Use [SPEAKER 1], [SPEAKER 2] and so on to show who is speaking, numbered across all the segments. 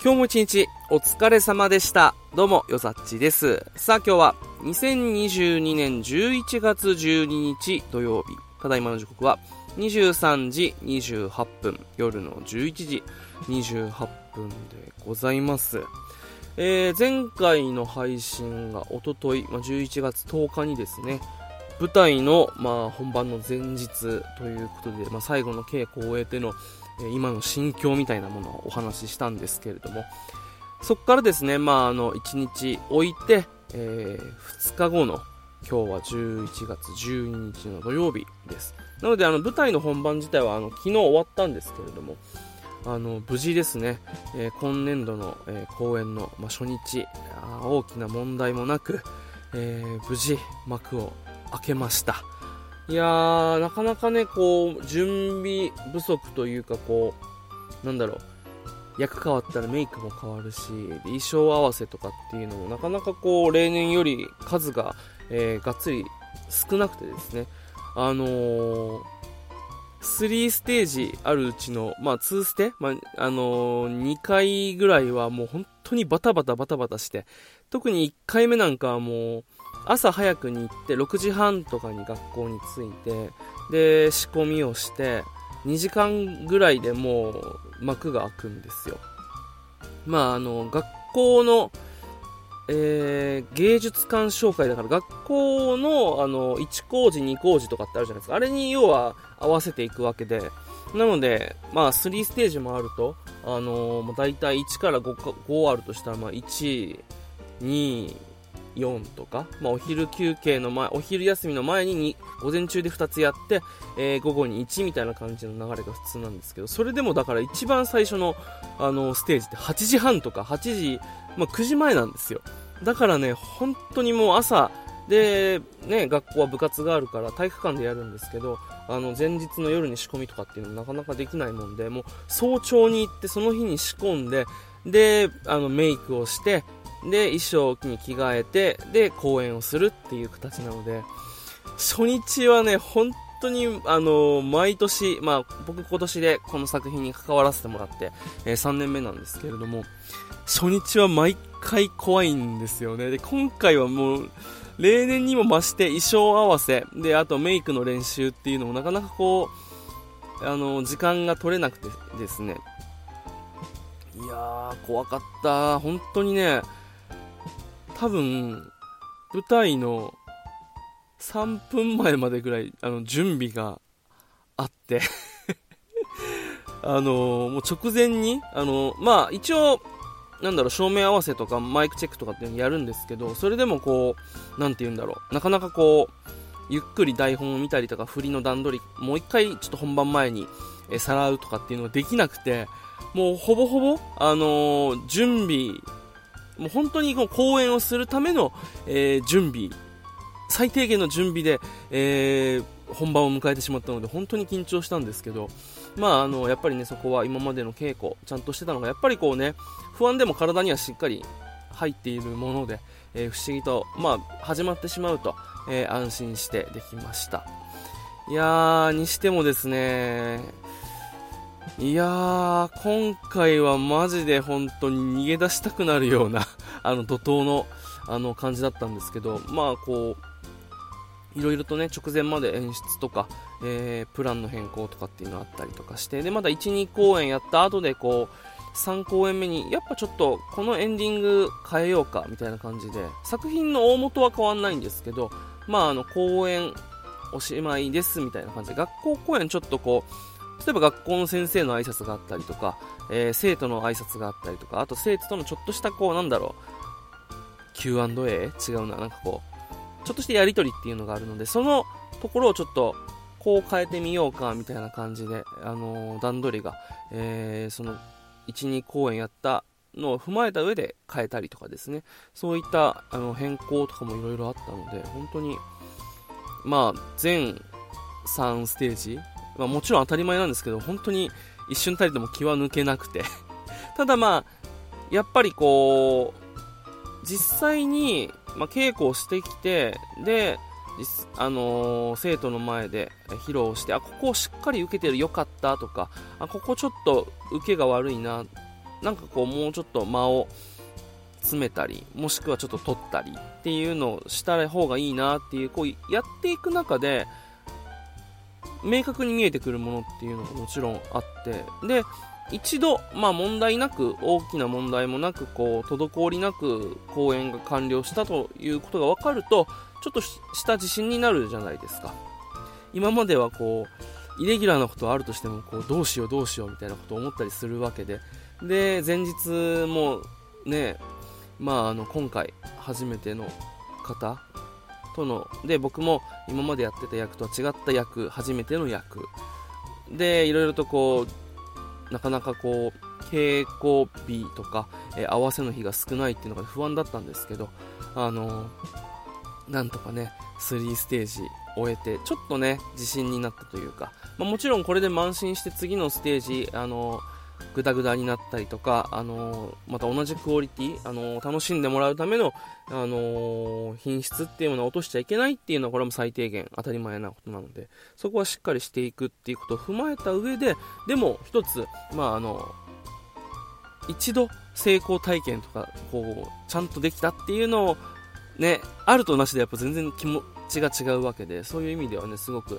[SPEAKER 1] 今日も一日お疲れ様でした。どうもよさっちです。さあ今日は2022年11月12日土曜日、ただいまの時刻は23時28分、夜の11時28分でございます。前回の配信がおととい、11月10日にですね、舞台の、本番の前日ということで、最後の稽古を終えての今の心境みたいなものをお話ししたんですけれども、そこからですね、1日置いて、2日後の今日は11月12日の土曜日です。なので舞台の本番自体は昨日終わったんですけれども、無事ですね、今年度の、公演の、初日、大きな問題もなく、無事幕を開けました。いやー、なかなかね、準備不足というか、役変わったらメイクも変わるし、衣装合わせとかっていうのもなかなか例年より数が、がっつり少なくてですね、3ステージあるうちの、2ステ、2回ぐらいはもう本当にバタバタして、特に1回目なんかはもう朝早くに行って6時半とかに学校に着いて、で仕込みをして2時間ぐらいでもう幕が開くんですよ。学校の、芸術鑑賞会だから、学校の1工事2工事とかってあるじゃないですか。あれに要は合わせていくわけで、なので3ステージもあるとだいたい1から 5あるとしたら1、2、4とか、お昼休憩の前、お昼休みの前に午前中で2つやって、午後に1みたいな感じの流れが普通なんですけど、それでもだから一番最初のステージって8時半とか8時、9時前なんですよ。だからね、本当にもう朝でね、学校は部活があるから体育館でやるんですけど、前日の夜に仕込みとかっていうのもなかなかできないもんで、もう早朝に行ってその日に仕込んで、でメイクをして、で衣装に着替えて、で公演をするっていう形なので、初日はね本当に毎年、僕今年でこの作品に関わらせてもらって、3年目なんですけれども、初日は毎回怖いんですよね。で今回はもう例年にも増して衣装合わせで、あとメイクの練習っていうのもなかなか時間が取れなくてですね、いやー怖かった。本当にね、多分舞台の3分前までぐらい準備があってもう直前に一応照明合わせとかマイクチェックとかっていうのやるんですけど、それでもなかなかゆっくり台本を見たりとか振りの段取りもう一回ちょっと本番前にさらうとかっていうのができなくて、もうほぼほぼ準備、もう本当に公演をするための、準備、最低限の準備で、本番を迎えてしまったので本当に緊張したんですけど、やっぱりね、そこは今までの稽古ちゃんとしてたのが、やっぱり不安でも体にはしっかり入っているもので、不思議と始まってしまうと、安心してできました。いやー、にしてもですね、いやー、今回はマジで本当に逃げ出したくなるような怒涛の感じだったんですけど、いろいろとね、直前まで演出とか、プランの変更とかっていうのがあったりとかして、でまだ 1,2 公演やった後で3公演目にやっぱちょっとこのエンディング変えようかみたいな感じで、作品の大元は変わんないんですけど、公演おしまいですみたいな感じで、学校公演ちょっと例えば学校の先生の挨拶があったりとか、生徒の挨拶があったりとか、あと生徒とのちょっとした Q&A？ 違うな、ちょっとしたやり取りっていうのがあるので、そのところをちょっと変えてみようかみたいな感じで、段取りが、その 1,2 公演やったのを踏まえた上で変えたりとかですね、そういった変更とかもいろいろあったので、本当に全3ステージ、もちろん当たり前なんですけど、本当に一瞬たりとも気は抜けなくてただやっぱり実際に、稽古をしてきて、で生徒の前で披露して、ここをしっかり受けてるよかったとか、ここちょっと受けが悪いな、 なんかこうもうちょっと間を詰めたり、もしくはちょっと取ったりっていうのをした方がいいなっていう、こうやっていく中で明確に見えてくるものっていうのがもちろんあって、で一度、問題なく、大きな問題もなく、こう滞りなく公演が完了したということが分かると、ちょっとした自信になるじゃないですか。今まではこうイレギュラーなことはあるとしても、こうどうしようみたいなことを思ったりするわけで、で前日もね、今回初めての方とので、僕も今までやってた役とは違った役、初めての役で、いろいろとこうなかなかこう稽古日とか、合わせの日が少ないっていうのが不安だったんですけど、なんとかね3ステージ終えて、ちょっとね自信になったというか、もちろんこれで慢心して次のステージグダグダになったりとか、また同じクオリティ、楽しんでもらうための、品質っていうものを落としちゃいけないっていうのは、これも最低限当たり前なことなので、そこはしっかりしていくっていうことを踏まえた上で、でも一つ、一度成功体験とかこうちゃんとできたっていうのをね、あるとなしでやっぱ全然気持ちが違うわけで、そういう意味ではねすごく、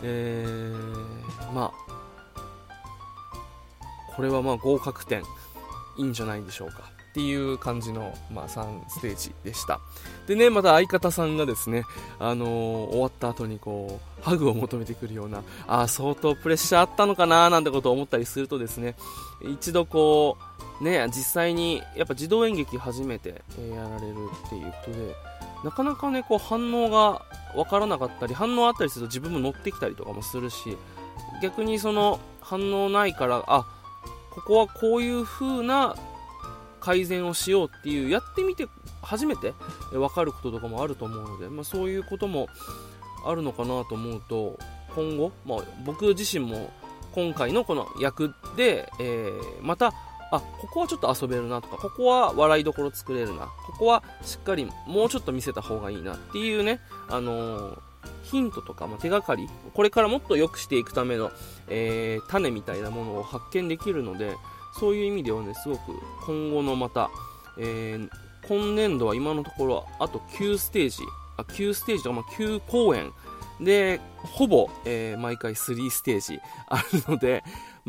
[SPEAKER 1] これは合格点いいんじゃないでしょうかっていう感じの、3ステージでした。でね、また相方さんがですね、終わった後にこうハグを求めてくるような、相当プレッシャーあったのかななんてことを思ったりするとですね、一度こうね、実際にやっぱ自動演劇初めて、やられるっていうことで、なかなかねこう反応がわからなかったり、反応あったりすると自分も乗ってきたりとかもするし、逆にその反応ないから、ここはこういう風な改善をしようっていう、やってみて初めて分かることとかもあると思うので、そういうこともあるのかなと思うと、今後、僕自身も今回のこの役で、またここはちょっと遊べるなとか、ここは笑いどころ作れるな、ここはしっかりもうちょっと見せた方がいいなっていうね、ヒントとか、手がかり、これからもっと良くしていくための、種みたいなものを発見できるので、そういう意味ではねすごく今後のまた、今年度は今のところあと9ステージとか9公演で、ほぼ、毎回3ステージあるので、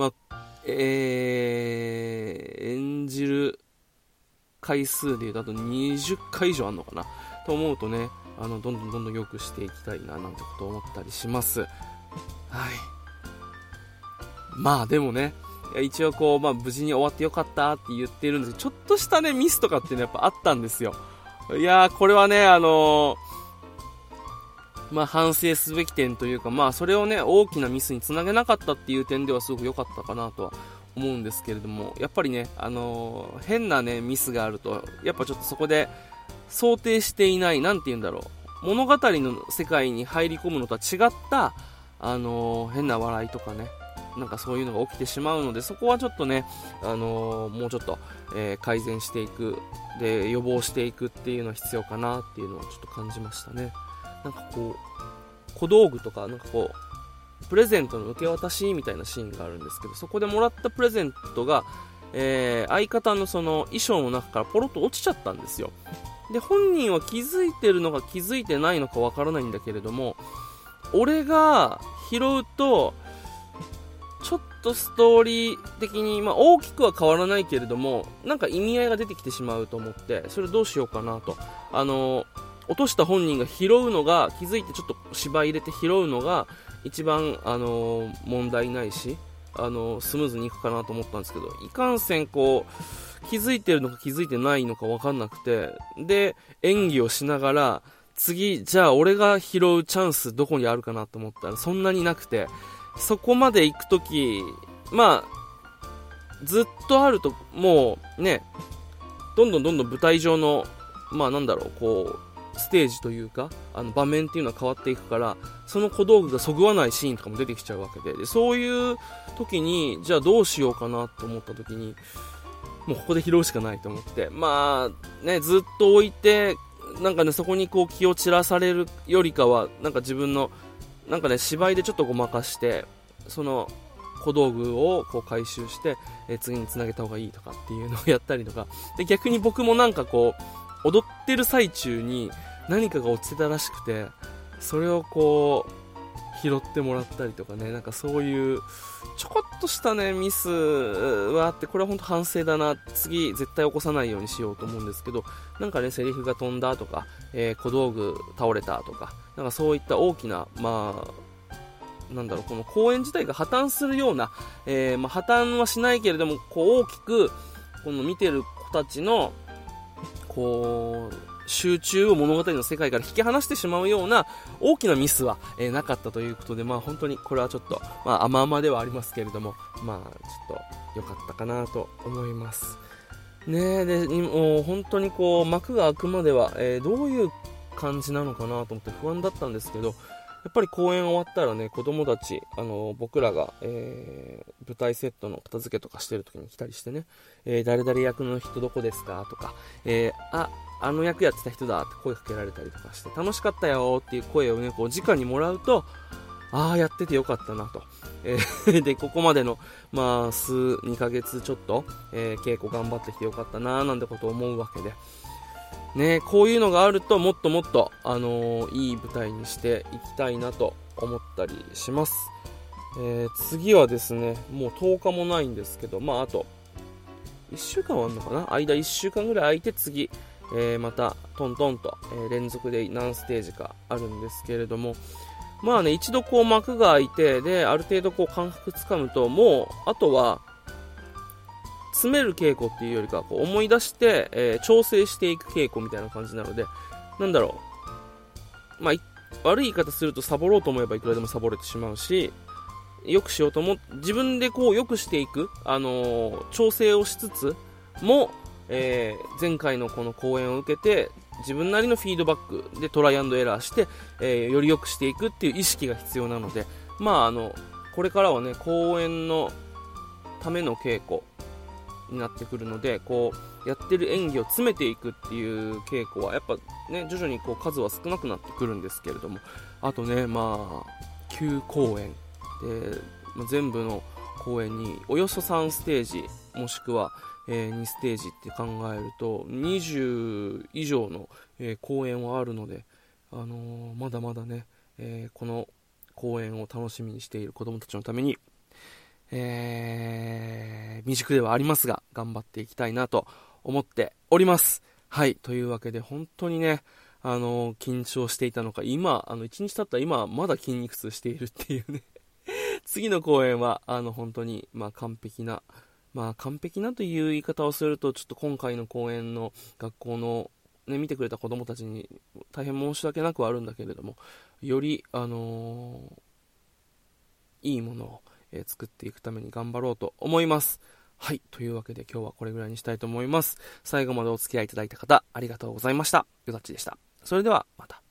[SPEAKER 1] 演じる回数でいうとあと20回以上あるのかなと思うとね、どんどん良くしていきたいななんてことを思ったりします。はい。でもね、一応こう、無事に終わってよかったって言ってるんですけど、ちょっとしたねミスとかっていうのはやっぱあったんですよ。いやー、これはね反省すべき点というか、それをね大きなミスにつなげなかったっていう点ではすごく良かったかなとは思うんですけれども、やっぱりね変なねミスがあると、やっぱちょっとそこで想定していない、なんて言うんだろう、物語の世界に入り込むのとは違った変な笑いとかね、なんかそういうのが起きてしまうので、そこはちょっとねもうちょっと、改善していく、で予防していくっていうのは必要かなっていうのをちょっと感じましたね。なんかこう小道具とか、なんかこうプレゼントの受け渡しみたいなシーンがあるんですけど、そこでもらったプレゼントが、相方のその衣装の中からポロッと落ちちゃったんですよ。で本人は気づいてるのか気づいてないのかわからないんだけれども、俺が拾うとちょっとストーリー的に、大きくは変わらないけれども、なんか意味合いが出てきてしまうと思って、それどうしようかなと、落とした本人が拾うのが、気づいてちょっと芝居入れて拾うのが一番、問題ないし、スムーズにいくかなと思ったんですけど、いかんせんこう気づいてるのか気づいてないのか分かんなくて、で演技をしながら、次じゃあ俺が拾うチャンスどこにあるかなと思ったらそんなになくて、そこまで行くとき、ずっとあるともうね、どんどん舞台上のこうステージというか場面っていうのは変わっていくから、その小道具がそぐわないシーンとかも出てきちゃうわけで、そういう時にじゃあどうしようかなと思った時に、もうここで拾うしかないと思って、ずっと置いてなんかね、そこにこう気を散らされるよりかは、なんか自分のなんかね芝居でちょっとごまかして、その小道具をこう回収して、次につなげた方がいいとかっていうのをやったりとかで、逆に僕もなんかこう踊ってる最中に何かが落ちてたらしくて、それをこう拾ってもらったりとかね、なんかそういうちょこっとしたねミスはあって、これは本当反省だな、次絶対起こさないようにしようと思うんですけど、なんかねセリフが飛んだとか、小道具倒れたとか、なんかそういった大きななんだろう、この公演自体が破綻するような、破綻はしないけれども、こう大きくこの見てる子たちのこう集中を物語の世界から引き離してしまうような大きなミスは、なかったということで、本当にこれはちょっと、甘々ではありますけれども、ちょっと良かったかなと思いますね。でもう本当にこう幕が開くまでは、どういう感じなのかなと思って不安だったんですけど、やっぱり公演終わったらね、子供たち、僕らが、舞台セットの片付けとかしてる時に来たりしてね、誰々役の人どこですかとか、あの役やってた人だって声かけられたりとかして、楽しかったよっていう声をね、こう直にもらうと、やっててよかったなと。で、ここまでの、2ヶ月ちょっと、稽古頑張ってきてよかったななんてことを思うわけで、ね、こういうのがあるともっともっと、いい舞台にしていきたいなと思ったりします。次はですね、もう10日もないんですけど、あと1週間はあるのかな、間1週間ぐらい空いて次、またトントンと、連続で何ステージかあるんですけれども、一度こう幕が開いて、である程度こう感覚つかむと、もうあとは詰める稽古っていうよりかこう思い出して、調整していく稽古みたいな感じなので、なんだろう、悪い言い方するとサボろうと思えばいくらでもサボれてしまうし、よくしようと自分でこうよくしていく、調整をしつつも、前回のこの公演を受けて自分なりのフィードバックでトライアンドエラーして、より良くしていくっていう意識が必要なので、これからはね公演のための稽古になってくるので、こうやってる演技を詰めていくっていう稽古はやっぱね徐々にこう数は少なくなってくるんですけれども、あとね9公演で、全部の公演におよそ3ステージもしくは、2ステージって考えると20以上の、公演はあるので、まだまだね、この公演を楽しみにしている子どもたちのために、未熟ではありますが頑張っていきたいなと思っております。はい、というわけで本当にね緊張していたのか、今1日経った今まだ筋肉痛しているっていうね次の公演は本当に完璧なという言い方をするとちょっと今回の公演の学校の、見てくれた子どもたちに大変申し訳なくはあるんだけれども、よりいいものを作っていくために頑張ろうと思います。はい、というわけで今日はこれぐらいにしたいと思います。最後までお付き合いいただいた方ありがとうございました。よだっちでした。それではまた。